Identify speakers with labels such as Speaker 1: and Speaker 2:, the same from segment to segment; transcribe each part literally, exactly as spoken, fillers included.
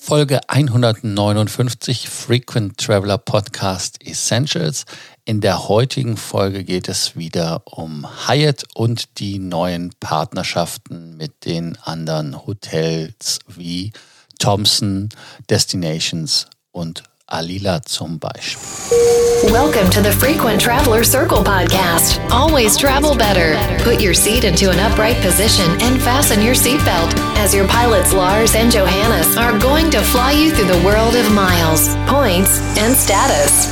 Speaker 1: Folge hundertneunundfünfzig Frequent Traveler Podcast Essentials. In der heutigen Folge geht es wieder um Hyatt und die neuen Partnerschaften mit den anderen Hotels wie Thompson, Destinations und Alila zum Beispiel.
Speaker 2: Welcome to the Frequent Traveler Circle podcast. Always travel better. Put your seat into an upright position and fasten your seatbelt as your pilots Lars and Johannes are going to fly you through the world of miles, points and status.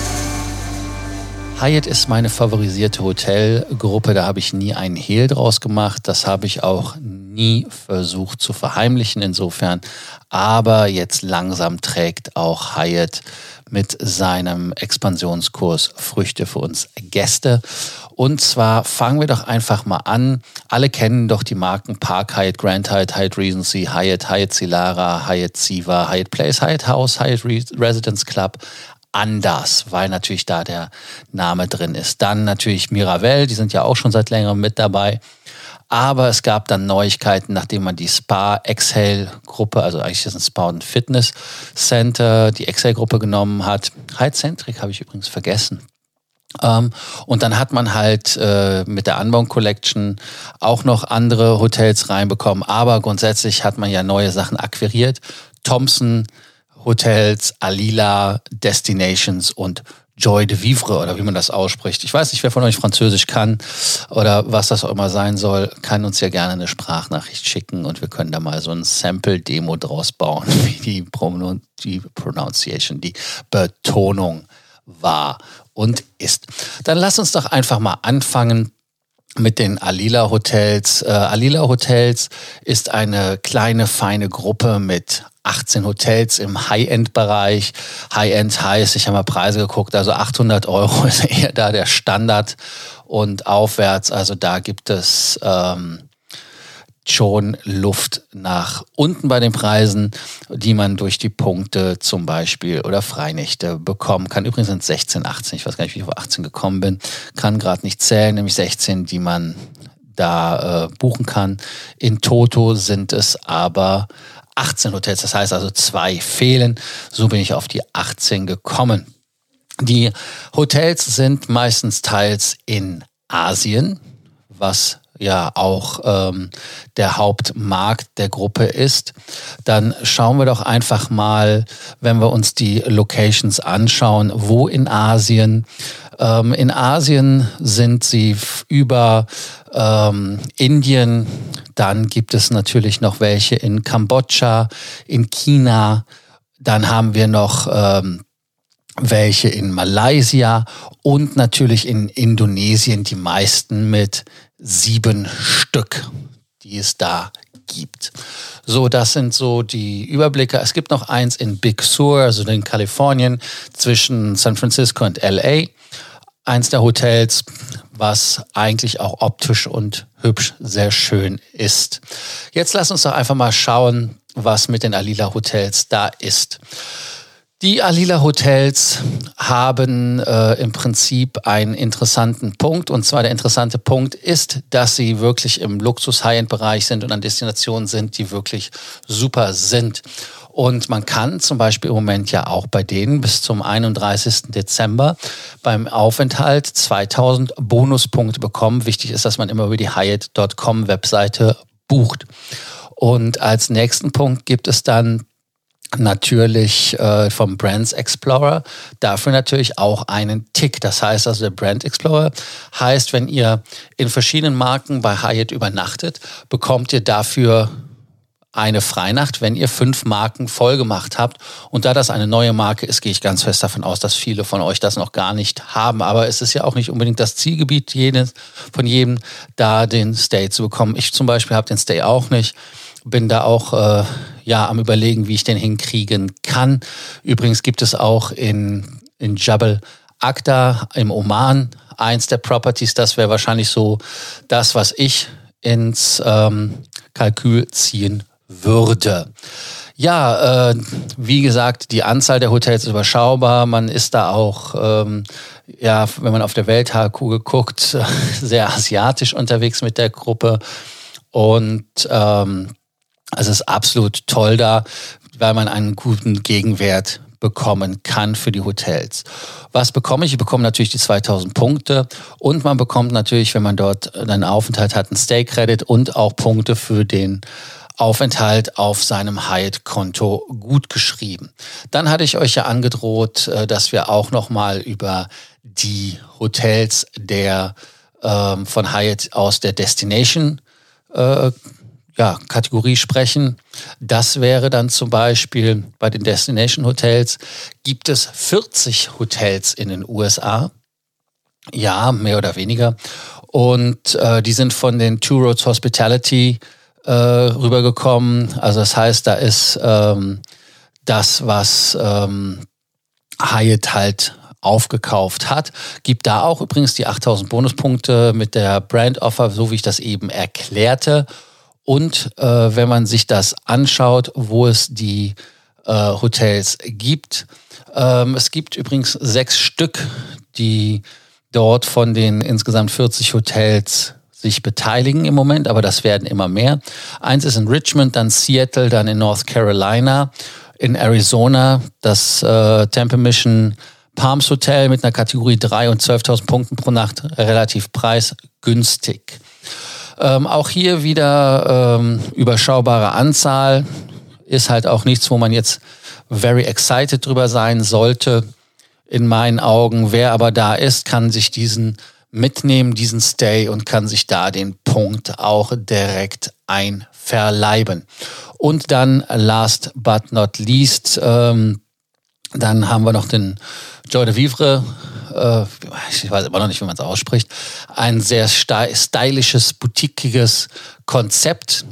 Speaker 1: Hyatt ist meine favorisierte Hotelgruppe, da habe ich nie einen Hehl draus gemacht, das habe ich auch nie versucht zu verheimlichen insofern, aber jetzt langsam trägt auch Hyatt mit seinem Expansionskurs Früchte für uns Gäste. Und zwar fangen wir doch einfach mal an. Alle kennen doch die Marken Park Hyatt, Grand Hyatt, Hyatt Regency, Hyatt, Hyatt Zilara, Hyatt Ziva, Hyatt Place, Hyatt House, Hyatt Residence Club. Anders, weil natürlich da der Name drin ist. Dann natürlich Miraval, die sind ja auch schon seit längerem mit dabei. Aber es gab dann Neuigkeiten, nachdem man die Spa Exhale Gruppe, also eigentlich ist es ein Spa und Fitness Center, die Exhale Gruppe genommen hat. Hyatt Centric habe ich übrigens vergessen. Ähm, und dann hat man halt äh, mit der Unbound Collection auch noch andere Hotels reinbekommen. Aber grundsätzlich hat man ja neue Sachen akquiriert. Thompson Hotels, Alila, Destinations und Joie de Vivre oder wie man das ausspricht. Ich weiß nicht, wer von euch Französisch kann oder was das auch immer sein soll, kann uns ja gerne eine Sprachnachricht schicken und wir können da mal so ein Sample-Demo draus bauen, wie die, Pronun- die Pronunciation, die Betonung war und ist. Dann lasst uns doch einfach mal anfangen mit den Alila Hotels. Äh, Alila Hotels ist eine kleine, feine Gruppe mit achtzehn Hotels im High-End-Bereich. High-End heißt, ich habe mal Preise geguckt, also achthundert Euro ist eher da der Standard und aufwärts. Also da gibt es ähm, schon Luft nach unten bei den Preisen, die man durch die Punkte zum Beispiel oder Freinächte bekommen kann. Übrigens sind es sechzehn, achtzehn, ich weiß gar nicht, wie ich auf achtzehn gekommen bin, kann gerade nicht zählen, nämlich sechzehn, die man da äh, buchen kann. In Toto sind es aber achtzehn Hotels, das heißt also zwei fehlen. So bin ich auf die achtzehn gekommen. Die Hotels sind meistens teils in Asien, was ja auch ähm, der Hauptmarkt der Gruppe ist. Dann schauen wir doch einfach mal, wenn wir uns die Locations anschauen, wo in Asien. Ähm, in Asien sind sie über ähm, Indien, dann gibt es natürlich noch welche in Kambodscha, in China, dann haben wir noch ähm, welche in Malaysia und natürlich in Indonesien, die meisten mit sieben Stück, die es da gibt. So, das sind so die Überblicke. Es gibt noch eins in Big Sur, also in Kalifornien, zwischen San Francisco und L A. Eins der Hotels, was eigentlich auch optisch und hübsch sehr schön ist. Jetzt lass uns doch einfach mal schauen, was mit den Alila Hotels da ist. Die Alila Hotels haben äh, im Prinzip einen interessanten Punkt. Und zwar der interessante Punkt ist, dass sie wirklich im Luxus-High-End-Bereich sind und an Destinationen sind, die wirklich super sind. Und man kann zum Beispiel im Moment ja auch bei denen bis zum einunddreißigsten Dezember beim Aufenthalt zweitausend Bonuspunkte bekommen. Wichtig ist, dass man immer über die Hyatt Punkt com Webseite bucht. Und als nächsten Punkt gibt es dann natürlich äh, vom Brands Explorer, dafür natürlich auch einen Tick. Das heißt also, der Brand Explorer heißt, wenn ihr in verschiedenen Marken bei Hyatt übernachtet, bekommt ihr dafür eine Freinacht, wenn ihr fünf Marken voll gemacht habt. Und da das eine neue Marke ist, gehe ich ganz fest davon aus, dass viele von euch das noch gar nicht haben. Aber es ist ja auch nicht unbedingt das Zielgebiet jedes, von jedem, da den Stay zu bekommen. Ich zum Beispiel habe den Stay auch nicht. Bin da auch äh, ja am Überlegen, wie ich den hinkriegen kann. Übrigens gibt es auch in, in Jabal Aqda im Oman eins der Properties. Das wäre wahrscheinlich so das, was ich ins ähm, Kalkül ziehen würde. Ja, äh, wie gesagt, die Anzahl der Hotels ist überschaubar. Man ist da auch, ähm, ja, wenn man auf der Welthalbkugel guckt, sehr asiatisch unterwegs mit der Gruppe. Und ähm, es ist absolut toll da. weil man einen guten Gegenwert bekommen kann für die Hotels. Was bekomme ich? Ich bekomme natürlich die zweitausend Punkte und man bekommt natürlich, wenn man dort einen Aufenthalt hat, einen Stay-Credit und auch Punkte für den Aufenthalt auf seinem Hyatt-Konto gut geschrieben. Dann hatte ich euch ja angedroht, dass wir auch nochmal über die Hotels der ähm, von Hyatt aus der Destination äh, ja, Kategorie sprechen. Das wäre dann zum Beispiel bei den Destination Hotels, gibt es vierzig Hotels in den U S A. Ja, mehr oder weniger. Und äh, die sind von den Two Roads Hospitality äh, rübergekommen. Also das heißt, da ist ähm, das, was ähm, Hyatt halt aufgekauft hat. Gibt da auch übrigens die achttausend Bonuspunkte mit der Brand Offer, so wie ich das eben erklärte. Und äh, wenn man sich das anschaut, wo es die äh, Hotels gibt, ähm, es gibt übrigens sechs Stück, die dort von den insgesamt vierzig Hotels sich beteiligen im Moment, aber das werden immer mehr. Eins ist in Richmond, dann Seattle, dann in North Carolina, in Arizona, das äh, Temple Mission Palms Hotel mit einer Kategorie drei und zwölftausend Punkten pro Nacht, relativ preisgünstig. Ähm, auch hier wieder ähm, überschaubare Anzahl, ist halt auch nichts, wo man jetzt very excited drüber sein sollte, in meinen Augen. Wer aber da ist, kann sich diesen mitnehmen, diesen Stay und kann sich da den Punkt auch direkt einverleiben. Und dann last but not least, ähm, dann haben wir noch den Joie de Vivre, äh, ich weiß immer noch nicht, wie man es ausspricht, ein sehr sti- stylisches, boutiquiges Konzept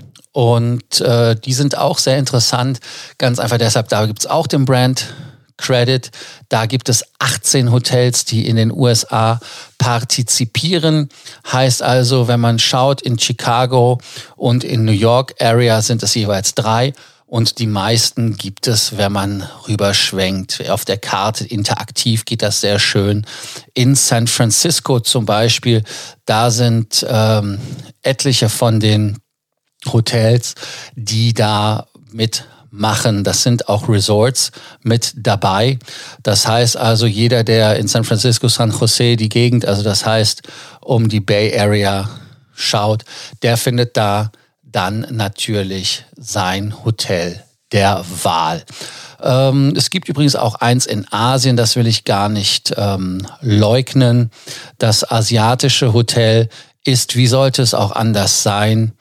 Speaker 1: und äh, die sind auch sehr interessant, ganz einfach deshalb, da gibt es auch den Brand Credit, da gibt es achtzehn Hotels, die in den U S A partizipieren, heißt also, wenn man schaut, in Chicago und in New York Area sind es jeweils drei. Und die meisten gibt es, wenn man rüberschwenkt. Auf der Karte interaktiv geht das sehr schön. In San Francisco zum Beispiel, da sind ähm, etliche von den Hotels, die da mitmachen. Das sind auch Resorts mit dabei. Das heißt also, jeder, der in San Francisco, San Jose, die Gegend, also das heißt um die Bay Area schaut, der findet da dann natürlich sein Hotel der Wahl. Ähm, es gibt übrigens auch eins in Asien, das will ich gar nicht ähm, leugnen. Das asiatische Hotel ist, wie sollte es auch anders sein,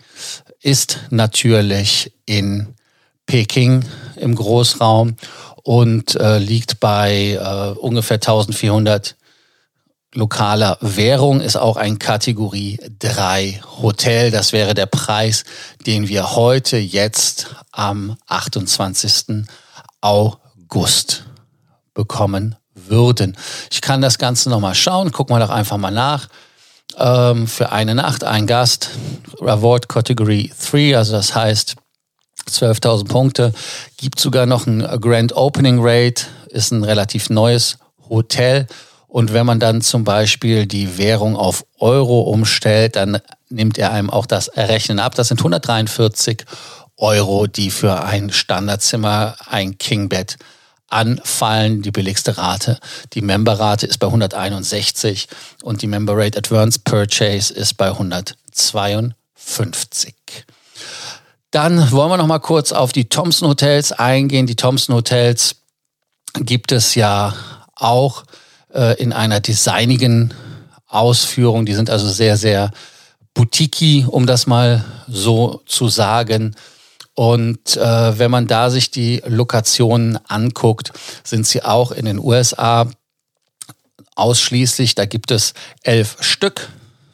Speaker 1: ist natürlich in Peking im Großraum und äh, liegt bei äh, ungefähr eintausendvierhundert lokaler Währung, ist auch ein Kategorie drei Hotel. Das wäre der Preis, den wir heute jetzt am achtundzwanzigsten August bekommen würden. Ich kann das Ganze nochmal schauen. Gucken wir doch einfach mal nach. Ähm, für eine Nacht ein Gast, Award Category drei, also das heißt zwölftausend Punkte. Gibt sogar noch ein Grand Opening Rate, ist ein relativ neues Hotel. Und wenn man dann zum Beispiel die Währung auf Euro umstellt, dann nimmt er einem auch das Rechnen ab. Das sind hundertdreiundvierzig Euro, die für ein Standardzimmer, ein Kingbett anfallen. Die billigste Rate. Die Member-Rate ist bei hunderteinundsechzig und die Member-Rate Advance Purchase ist bei hundertzweiundfünfzig. Dann wollen wir noch mal kurz auf die Thompson Hotels eingehen. Die Thompson Hotels gibt es ja auch in einer designigen Ausführung. Die sind also sehr, sehr boutiquey, um das mal so zu sagen. Und äh, wenn man da sich die Lokationen anguckt, sind sie auch in den U S A ausschließlich. Da gibt es elf Stück.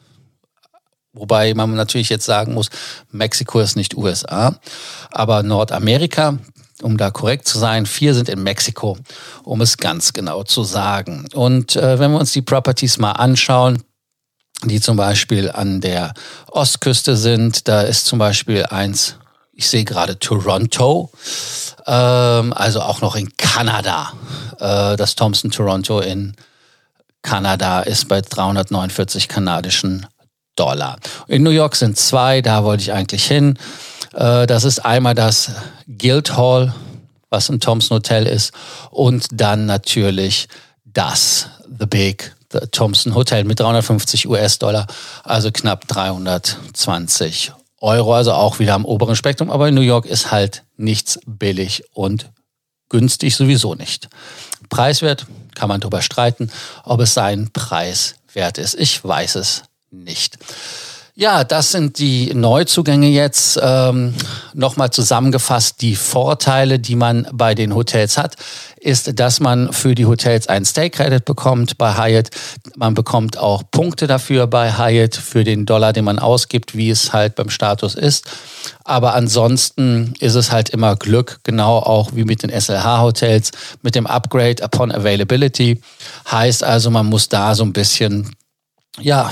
Speaker 1: Wobei man natürlich jetzt sagen muss, Mexiko ist nicht U S A, aber Nordamerika. Um da korrekt zu sein, vier sind in Mexiko, um es ganz genau zu sagen. Und äh, wenn wir uns die Properties mal anschauen, die zum Beispiel an der Ostküste sind, da ist zum Beispiel eins, ich sehe gerade Toronto, ähm, also auch noch in Kanada. Äh, das Thompson Toronto in Kanada ist bei dreihundertneunundvierzig kanadischen Dollar. In New York sind zwei, da wollte ich eigentlich hin. Das ist einmal das Guildhall, was ein Thompson Hotel ist. Und dann natürlich das, The Big, The Thompson Hotel mit dreihundertfünfzig US-Dollar, also knapp dreihundertzwanzig Euro, also auch wieder am oberen Spektrum. Aber in New York ist halt nichts billig und günstig sowieso nicht. Preiswert kann man drüber streiten, ob es seinen Preis wert ist. Ich weiß es nicht. Ja, das sind die Neuzugänge jetzt. Ähm, Nochmal zusammengefasst, die Vorteile, die man bei den Hotels hat, ist, dass man für die Hotels einen Stay-Credit bekommt bei Hyatt. Man bekommt auch Punkte dafür bei Hyatt für den Dollar, den man ausgibt, wie es halt beim Status ist. Aber ansonsten ist es halt immer Glück, genau auch wie mit den S L H-Hotels, mit dem Upgrade upon Availability. Heißt also, man muss da so ein bisschen, ja...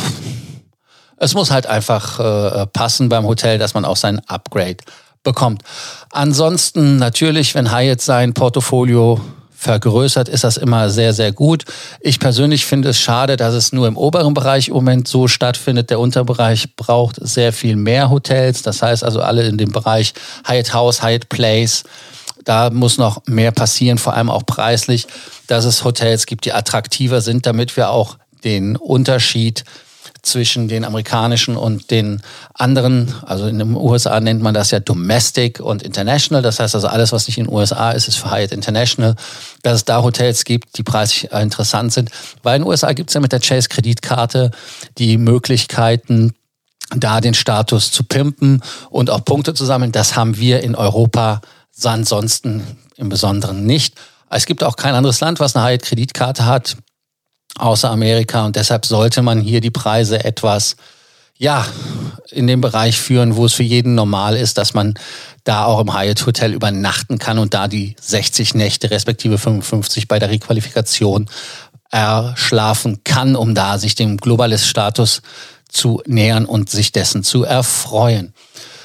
Speaker 1: Es muss halt einfach äh, passen beim Hotel, dass man auch sein Upgrade bekommt. Ansonsten natürlich, wenn Hyatt sein Portfolio vergrößert, ist das immer sehr, sehr gut. Ich persönlich finde es schade, dass es nur im oberen Bereich im Moment so stattfindet. Der Unterbereich braucht sehr viel mehr Hotels. Das heißt also alle in dem Bereich Hyatt House, Hyatt Place. Da muss noch mehr passieren, vor allem auch preislich, dass es Hotels gibt, die attraktiver sind, damit wir auch den Unterschied zwischen den amerikanischen und den anderen, also in den U S A nennt man das ja Domestic und International, das heißt also alles, was nicht in den U S A ist, ist für Hyatt International, dass es da Hotels gibt, die preislich interessant sind, weil in den U S A gibt es ja mit der Chase-Kreditkarte die Möglichkeiten, da den Status zu pimpen und auch Punkte zu sammeln. Das haben wir in Europa ansonsten im Besonderen nicht. Es gibt auch kein anderes Land, was eine Hyatt-Kreditkarte hat, außer Amerika, und deshalb sollte man hier die Preise etwas, ja, in dem Bereich führen, wo es für jeden normal ist, dass man da auch im Hyatt Hotel übernachten kann und da die sechzig Nächte respektive fünfundfünfzig bei der Requalifikation erschlafen kann, um da sich dem Globalist-Status zu nähern und sich dessen zu erfreuen.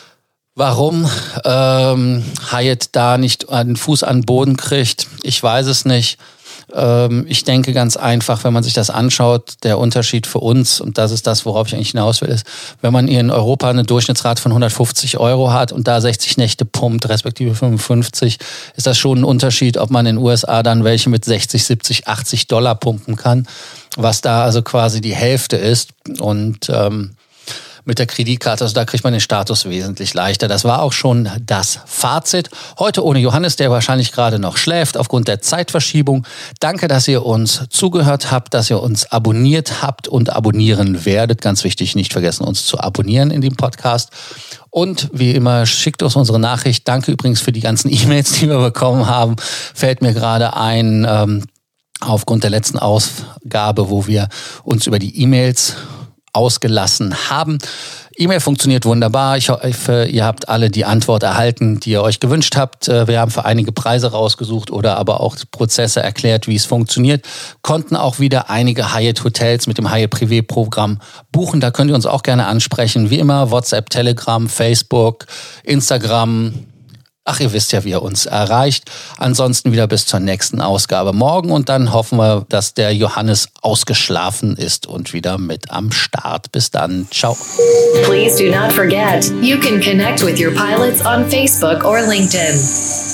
Speaker 1: Warum ähm, Hyatt da nicht einen Fuß an den Boden kriegt, ich weiß es nicht. Ich denke ganz einfach, wenn man sich das anschaut, der Unterschied für uns, und das ist das, worauf ich eigentlich hinaus will, ist, wenn man hier in Europa eine Durchschnittsrate von hundertfünfzig Euro hat und da sechzig Nächte pumpt, respektive fünfundfünfzig, ist das schon ein Unterschied, ob man in den U S A dann welche mit sechzig, siebzig, achtzig Dollar pumpen kann, was da also quasi die Hälfte ist. Und ähm, mit der Kreditkarte, also da kriegt man den Status wesentlich leichter. Das war auch schon das Fazit. Heute ohne Johannes, der wahrscheinlich gerade noch schläft aufgrund der Zeitverschiebung. Danke, dass ihr uns zugehört habt, dass ihr uns abonniert habt und abonnieren werdet. Ganz wichtig, nicht vergessen, uns zu abonnieren in dem Podcast. Und wie immer, schickt uns unsere Nachricht. Danke übrigens für die ganzen E-Mails, die wir bekommen haben. Fällt mir gerade ein, ähm, aufgrund der letzten Ausgabe, wo wir uns über die E-Mails ausgelassen haben. E-Mail funktioniert wunderbar. Ich hoffe, ihr habt alle die Antwort erhalten, die ihr euch gewünscht habt. Wir haben für einige Preise rausgesucht oder aber auch Prozesse erklärt, wie es funktioniert. Konnten auch wieder einige Hyatt Hotels mit dem Hyatt Privé Programm buchen. Da könnt ihr uns auch gerne ansprechen. Wie immer WhatsApp, Telegram, Facebook, Instagram. Ach, ihr wisst ja, wie ihr uns erreicht. Ansonsten wieder bis zur nächsten Ausgabe morgen und dann hoffen wir, dass der Johannes ausgeschlafen ist und wieder mit am Start. Bis dann. Ciao.
Speaker 2: Please do not forget, you can connect with your pilots on Facebook or LinkedIn.